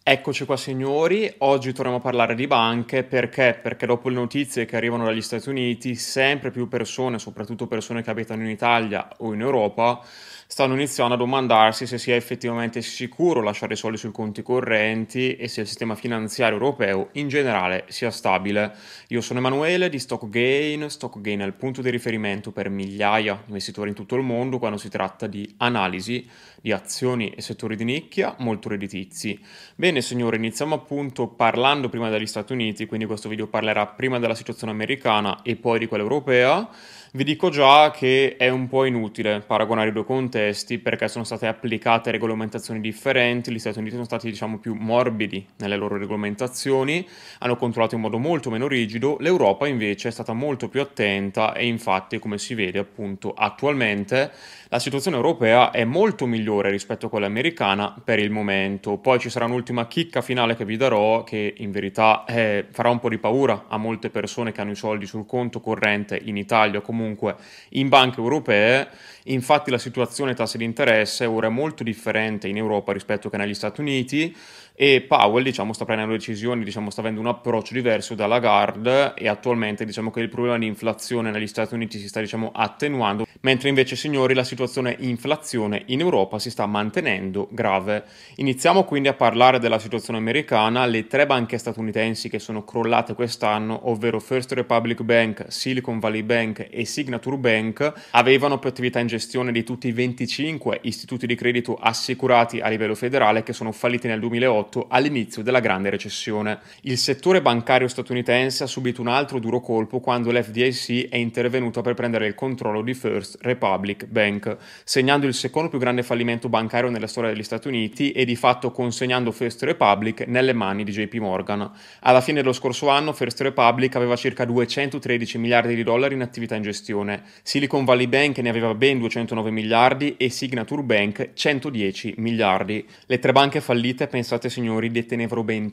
Eccoci qua signori, oggi torniamo a parlare di banche perché dopo le notizie che arrivano dagli Stati Uniti, sempre più persone, soprattutto persone che abitano in Italia o in Europa, stanno iniziando a domandarsi se sia effettivamente sicuro lasciare i soldi sui conti correnti e se il sistema finanziario europeo in generale sia stabile. Io sono Emanuele di StockGain. StockGain è il punto di riferimento per migliaia di investitori in tutto il mondo quando si tratta di analisi di azioni e settori di nicchia molto redditizi. Bene, signore, iniziamo appunto parlando prima degli Stati Uniti, quindi questo video parlerà prima della situazione americana e poi di quella europea. Vi dico già che è un po' inutile paragonare i due contesti perché sono state applicate regolamentazioni differenti, gli Stati Uniti sono stati diciamo più morbidi nelle loro regolamentazioni, hanno controllato in modo molto meno rigido, l'Europa invece è stata molto più attenta e infatti come si vede appunto attualmente la situazione europea è molto migliore rispetto a quella americana per il momento. Poi ci sarà un'ultima chicca finale che vi darò che in verità farà un po' di paura a molte persone che hanno i soldi sul conto corrente in Italia o comunque in banche europee. Infatti la situazione tassi di interesse ora è molto differente in Europa rispetto che negli Stati Uniti e Powell, diciamo, sta prendendo decisioni, diciamo, sta avendo un approccio diverso da Lagarde e attualmente diciamo che il problema di inflazione negli Stati Uniti si sta, diciamo, attenuando, mentre invece, signori, la situazione inflazione in Europa si sta mantenendo grave. Iniziamo quindi a parlare della situazione americana. Le tre banche statunitensi che sono crollate quest'anno, ovvero First Republic Bank, Silicon Valley Bank e Signature Bank, avevano più attività in gestione di tutti i 25 istituti di credito assicurati a livello federale che sono falliti nel 2008 all'inizio della grande recessione. Il settore bancario statunitense ha subito un altro duro colpo quando l'FDIC è intervenuto per prendere il controllo di First Republic Bank, segnando il secondo più grande fallimento bancario nella storia degli Stati Uniti e di fatto consegnando First Republic nelle mani di JP Morgan. Alla fine dello scorso anno First Republic aveva circa 213 miliardi di dollari in attività in gestione, Silicon Valley Bank ne aveva ben 209 miliardi e Signature Bank 110 miliardi. Le tre banche fallite, pensate signori, detenevano ben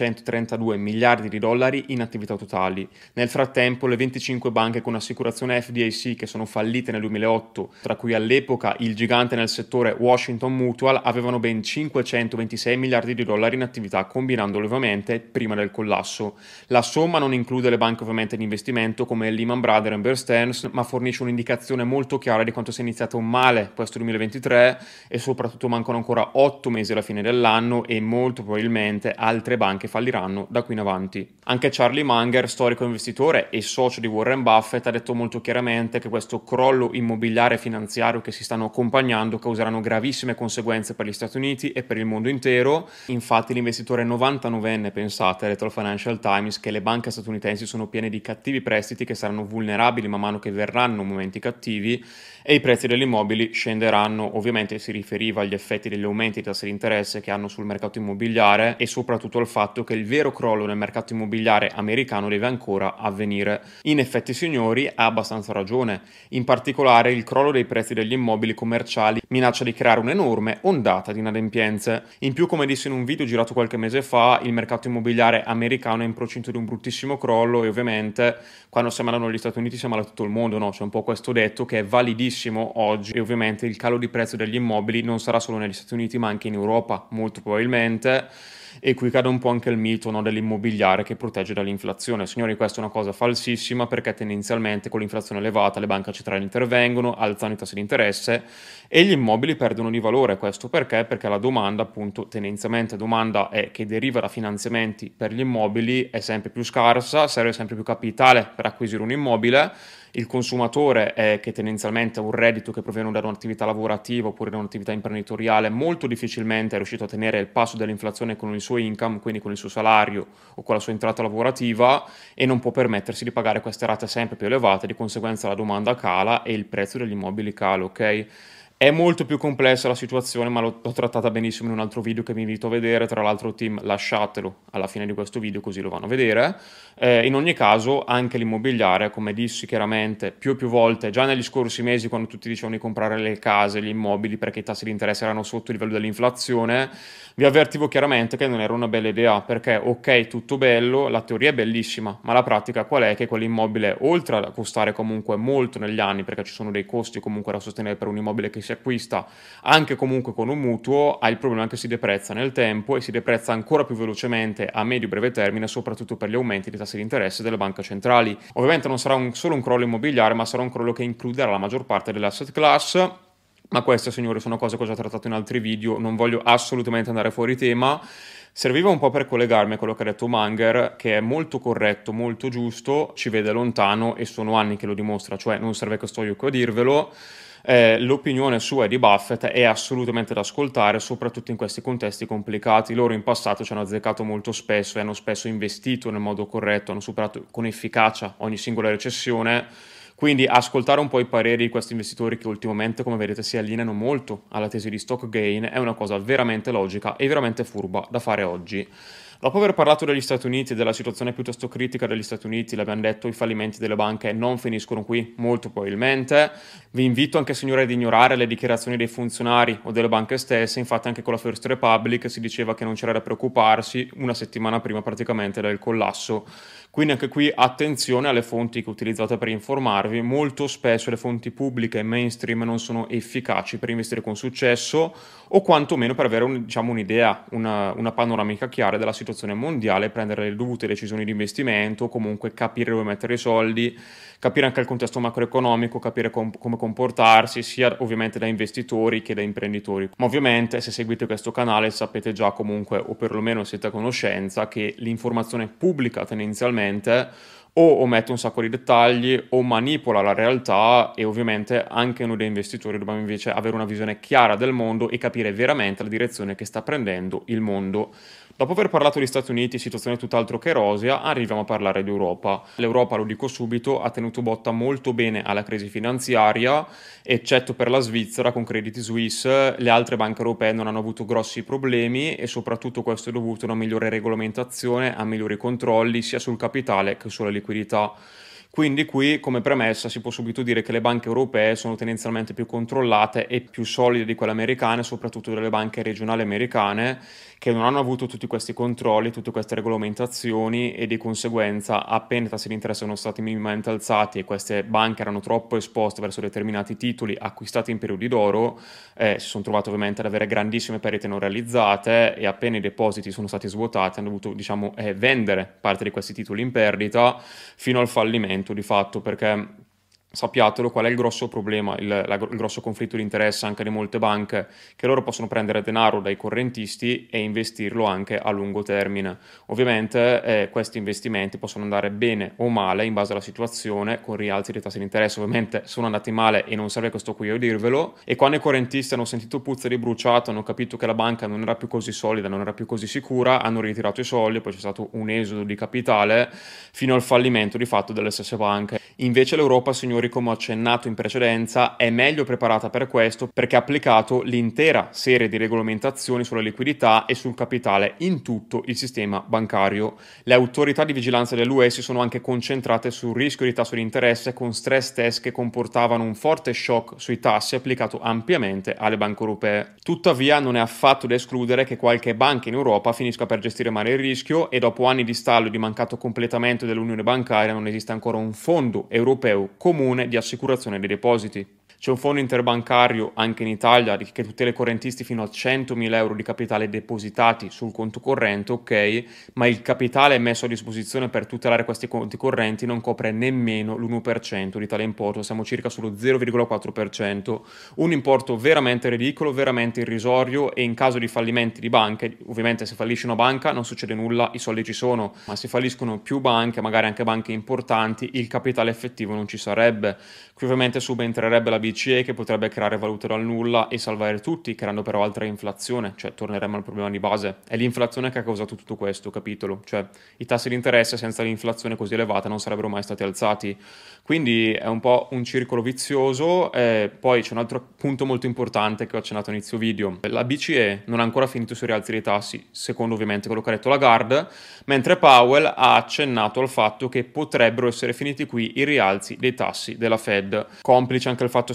532 miliardi di dollari in attività totali. Nel frattempo le 25 banche con assicurazione FDIC che sono fallite nel 2008, tra cui all'epoca il gigante nel settore Washington Mutual, avevano ben 526 miliardi di dollari in attività, combinandole ovviamente prima del collasso. La somma non include le banche ovviamente di investimento come Lehman Brothers e Bear Stearns, ma fornisce un'indicazione molto chiara di quanto sia iniziato male questo 2023 e soprattutto mancano ancora 8 mesi alla fine dell'anno e molto probabilmente altre banche falliranno da qui in avanti. Anche Charlie Munger, storico investitore e socio di Warren Buffett, ha detto molto chiaramente che questo crollo immobiliare e finanziario che si stanno accompagnando causeranno gravissime conseguenze per gli Stati Uniti e per il mondo intero. Infatti l'investitore 99enne, pensate, ha detto al Financial Times che le banche statunitensi sono piene di cattivi prestiti che saranno vulnerabili man mano che verranno momenti cattivi e i prezzi degli immobili scenderanno. Ovviamente si riferiva agli effetti degli aumenti di tassi di interesse che hanno sul mercato immobiliare e soprattutto al fatto che il vero crollo nel mercato immobiliare americano deve ancora avvenire. In effetti, signori, ha abbastanza ragione. In particolare il crollo dei prezzi degli immobili commerciali minaccia di creare un'enorme ondata di inadempienze. In più, come dissi in un video girato qualche mese fa, il mercato immobiliare americano è in procinto di un bruttissimo crollo e ovviamente quando si ammalano negli Stati Uniti si ammala tutto il mondo, no? C'è un po' questo detto che è validissimo oggi e ovviamente il calo di prezzo degli immobili non sarà solo negli Stati Uniti ma anche in Europa, molto probabilmente. E qui cade un po' anche il mito, no, dell'immobiliare che protegge dall'inflazione. Signori, questa è una cosa falsissima perché tendenzialmente con l'inflazione elevata le banche centrali intervengono, alzano i tassi di interesse e gli immobili perdono di valore. Questo perché? Perché la domanda, appunto, tendenzialmente domanda è che deriva da finanziamenti per gli immobili è sempre più scarsa, serve sempre più capitale per acquisire un immobile. Il consumatore che tendenzialmente ha un reddito che proviene da un'attività lavorativa oppure da un'attività imprenditoriale molto difficilmente è riuscito a tenere il passo dell'inflazione con il suo income, quindi con il suo salario o con la sua entrata lavorativa e non può permettersi di pagare queste rate sempre più elevate, di conseguenza la domanda cala e il prezzo degli immobili cala, ok? È molto più complessa la situazione, ma l'ho trattata benissimo in un altro video che vi invito a vedere. Tra l'altro, team, lasciatelo alla fine di questo video così lo vanno a vedere. In ogni caso, anche l'immobiliare, come dissi chiaramente più e più volte, già negli scorsi mesi, quando tutti dicevano di comprare le case, gli immobili, perché i tassi di interesse erano sotto il livello dell'inflazione, vi avvertivo chiaramente che non era una bella idea, perché ok, tutto bello, la teoria è bellissima, ma la pratica qual è? Che quell'immobile, oltre a costare comunque molto negli anni, perché ci sono dei costi comunque da sostenere per un immobile che si si acquista anche comunque con un mutuo, ha il problema che si deprezza nel tempo e si deprezza ancora più velocemente a medio-breve termine, soprattutto per gli aumenti dei tassi di interesse delle banche centrali. Ovviamente non sarà solo un crollo immobiliare, ma sarà un crollo che includerà la maggior parte delle asset class. Ma queste, signori, sono cose che ho già trattato in altri video, non voglio assolutamente andare fuori tema. Serviva un po' per collegarmi a quello che ha detto Munger, che è molto corretto, molto giusto, ci vede lontano e sono anni che lo dimostra, cioè non serve che sto io qui a dirvelo. L'opinione sua e di Buffett è assolutamente da ascoltare, soprattutto in questi contesti complicati. Loro in passato ci hanno azzeccato molto spesso e hanno spesso investito nel modo corretto, hanno superato con efficacia ogni singola recessione. Quindi ascoltare un po' i pareri di questi investitori che ultimamente, come vedete, si allineano molto alla tesi di stock gain è una cosa veramente logica e veramente furba da fare oggi. Dopo aver parlato degli Stati Uniti e della situazione piuttosto critica degli Stati Uniti, l'abbiamo detto, i fallimenti delle banche non finiscono qui, molto probabilmente. Vi invito anche, signore, ad ignorare le dichiarazioni dei funzionari o delle banche stesse. Infatti anche con la First Republic si diceva che non c'era da preoccuparsi una settimana prima praticamente del collasso. Quindi anche qui attenzione alle fonti che utilizzate per informarvi, molto spesso le fonti pubbliche e mainstream non sono efficaci per investire con successo o quantomeno per avere un'idea, una panoramica chiara della situazione mondiale, prendere le dovute decisioni di investimento, o comunque capire dove mettere i soldi, capire anche il contesto macroeconomico, capire come comportarsi, sia ovviamente da investitori che da imprenditori. Ma ovviamente se seguite questo canale sapete già comunque, o perlomeno siete a conoscenza, che l'informazione pubblica tendenzialmente o omette un sacco di dettagli o manipola la realtà e ovviamente anche noi da investitori dobbiamo invece avere una visione chiara del mondo e capire veramente la direzione che sta prendendo il mondo. Dopo aver parlato di Stati Uniti, situazione tutt'altro che rosea, arriviamo a parlare di Europa. L'Europa, lo dico subito, ha tenuto botta molto bene alla crisi finanziaria, eccetto per la Svizzera con Credit Suisse, le altre banche europee non hanno avuto grossi problemi e soprattutto questo è dovuto a una migliore regolamentazione, a migliori controlli sia sul capitale che sulla liquidità. Quindi qui, come premessa, si può subito dire che le banche europee sono tendenzialmente più controllate e più solide di quelle americane, soprattutto delle banche regionali americane, che non hanno avuto tutti questi controlli, tutte queste regolamentazioni e di conseguenza appena i tassi di interesse sono stati minimamente alzati e queste banche erano troppo esposte verso determinati titoli acquistati in periodi d'oro, si sono trovate ovviamente ad avere grandissime perdite non realizzate e appena i depositi sono stati svuotati hanno dovuto vendere parte di questi titoli in perdita fino al fallimento di fatto, perché sappiatelo qual è il grosso problema, il grosso conflitto di interesse anche di molte banche, che loro possono prendere denaro dai correntisti e investirlo anche a lungo termine. Ovviamente questi investimenti possono andare bene o male in base alla situazione, con rialzi dei tassi di interesse ovviamente sono andati male e non serve questo qui a dirvelo, e quando i correntisti hanno sentito puzza di bruciato, hanno capito che la banca non era più così solida, non era più così sicura, hanno ritirato i soldi, poi c'è stato un esodo di capitale fino al fallimento di fatto delle stesse banche. Invece l'Europa, signori, come ho accennato in precedenza, è meglio preparata per questo perché ha applicato l'intera serie di regolamentazioni sulla liquidità e sul capitale in tutto il sistema bancario. Le autorità di vigilanza dell'UE si sono anche concentrate sul rischio di tasso di interesse con stress test che comportavano un forte shock sui tassi applicato ampiamente alle banche europee. Tuttavia non è affatto da escludere che qualche banca in Europa finisca per gestire male il rischio e dopo anni di stallo e di mancato completamento dell'unione bancaria non esiste ancora un fondo europeo comune di assicurazione dei depositi. C'è un fondo interbancario anche in Italia che tutela i correntisti fino a 100.000 euro di capitale depositati sul conto corrente, ok, ma il capitale messo a disposizione per tutelare questi conti correnti non copre nemmeno l'1% di tale importo, siamo circa sullo 0,4%, un importo veramente ridicolo, veramente irrisorio e in caso di fallimenti di banche, ovviamente se fallisce una banca non succede nulla, i soldi ci sono, ma se falliscono più banche, magari anche banche importanti, il capitale effettivo non ci sarebbe. Qui ovviamente subentrerebbe la BCE che potrebbe creare valute dal nulla e salvare tutti, creando però altra inflazione, cioè torneremmo al problema di base. È l'inflazione che ha causato tutto questo, capitolo? Cioè i tassi di interesse senza l'inflazione così elevata non sarebbero mai stati alzati. Quindi è un po' un circolo vizioso. Poi c'è un altro punto molto importante che ho accennato a inizio video. La BCE non ha ancora finito sui rialzi dei tassi, secondo ovviamente quello che ha detto Lagarde, mentre Powell ha accennato al fatto che potrebbero essere finiti qui i rialzi dei tassi della Fed. Complice anche il fatto,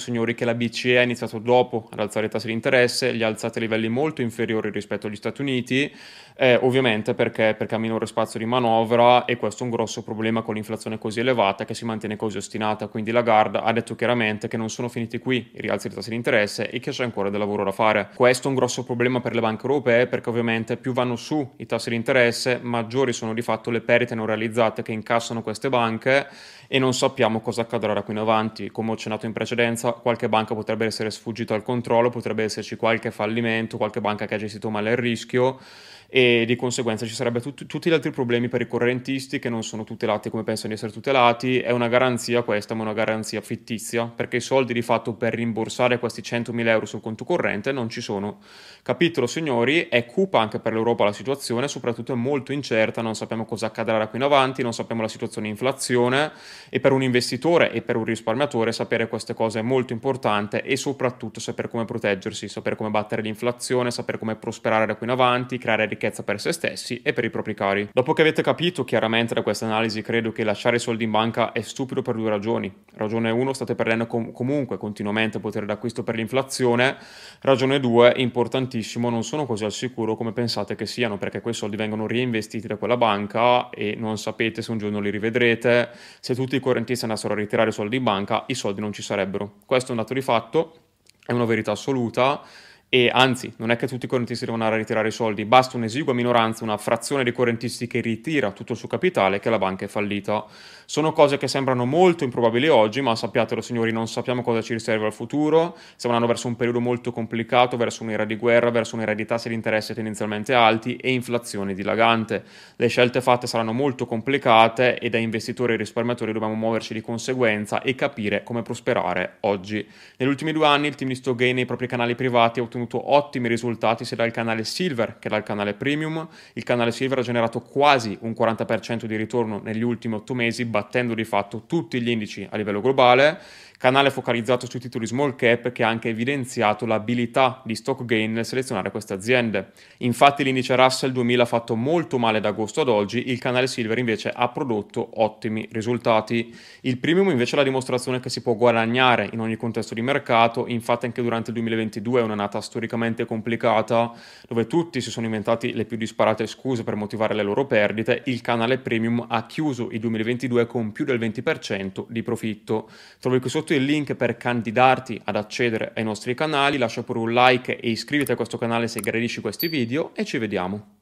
signori, che la BCE ha iniziato dopo ad alzare i tassi di interesse, li ha alzati a livelli molto inferiori rispetto agli Stati Uniti, ovviamente perché ha minore spazio di manovra, e questo è un grosso problema con l'inflazione così elevata che si mantiene così ostinata. Quindi Lagarde ha detto chiaramente che non sono finiti qui i rialzi dei tassi di interesse e che c'è ancora del lavoro da fare. Questo è un grosso problema per le banche europee, perché ovviamente più vanno su i tassi di interesse, maggiori sono di fatto le perdite non realizzate che incassano queste banche, e non sappiamo cosa accadrà da qui in avanti. Come ho accennato in precedenza, qualche banca potrebbe essere sfuggita al controllo, potrebbe esserci qualche fallimento, qualche banca che ha gestito male il rischio, e di conseguenza ci sarebbe tutti gli altri problemi per i correntisti che non sono tutelati come pensano di essere tutelati. È una garanzia questa, ma una garanzia fittizia, perché i soldi di fatto per rimborsare questi 100.000 euro sul conto corrente non ci sono. Capitolo, signori, è cupa anche per l'Europa la situazione, soprattutto è molto incerta, non sappiamo cosa accadrà da qui in avanti, non sappiamo la situazione di inflazione, e per un investitore e per un risparmiatore sapere queste cose è molto importante, e soprattutto sapere come proteggersi, sapere come battere l'inflazione, sapere come prosperare da qui in avanti, creare ricchezza per se stessi e per i propri cari. Dopo che avete capito chiaramente da questa analisi, credo che lasciare i soldi in banca è stupido per due ragioni. Ragione 1, state perdendo comunque continuamente potere d'acquisto per l'inflazione. Ragione 2, importantissimo, non sono così al sicuro come pensate che siano, perché quei soldi vengono reinvestiti da quella banca e non sapete se un giorno li rivedrete. Se tutti i correntisti andassero a ritirare i soldi in banca, i soldi non ci sarebbero. Questo è un dato di fatto, è una verità assoluta. E anzi, non è che tutti i correntisti devono andare a ritirare i soldi, basta un'esigua minoranza, una frazione dei correntisti che ritira tutto il suo capitale, che la banca è fallita. Sono cose che sembrano molto improbabili oggi, ma sappiatelo signori, non sappiamo cosa ci riserva al futuro. Stiamo andando verso un periodo molto complicato, verso un'era di guerra, verso un'era di tassi di interesse tendenzialmente alti e inflazione dilagante. Le scelte fatte saranno molto complicate e da investitori e risparmiatori dobbiamo muoverci di conseguenza e capire come prosperare oggi. Negli ultimi 2 anni il team di Stockgain nei propri canali privati ha ottenuto ottimi risultati sia dal canale Silver che dal canale Premium. Il canale Silver ha generato quasi un 40% di ritorno negli ultimi 8 mesi, battendo di fatto tutti gli indici a livello globale. Canale focalizzato sui titoli small cap, che ha anche evidenziato l'abilità di Stockgain nel selezionare queste aziende. Infatti l'indice Russell 2000 ha fatto molto male da agosto ad oggi, il canale Silver invece ha prodotto ottimi risultati. Il Premium invece è la dimostrazione che si può guadagnare in ogni contesto di mercato, infatti anche durante il 2022 è un'annata storicamente complicata, dove tutti si sono inventati le più disparate scuse per motivare le loro perdite. Il canale Premium ha chiuso il 2022 con più del 20% di profitto. Trovi qui sotto il link per candidarti ad accedere ai nostri canali, lascia pure un like e iscriviti a questo canale se gradisci questi video, e ci vediamo.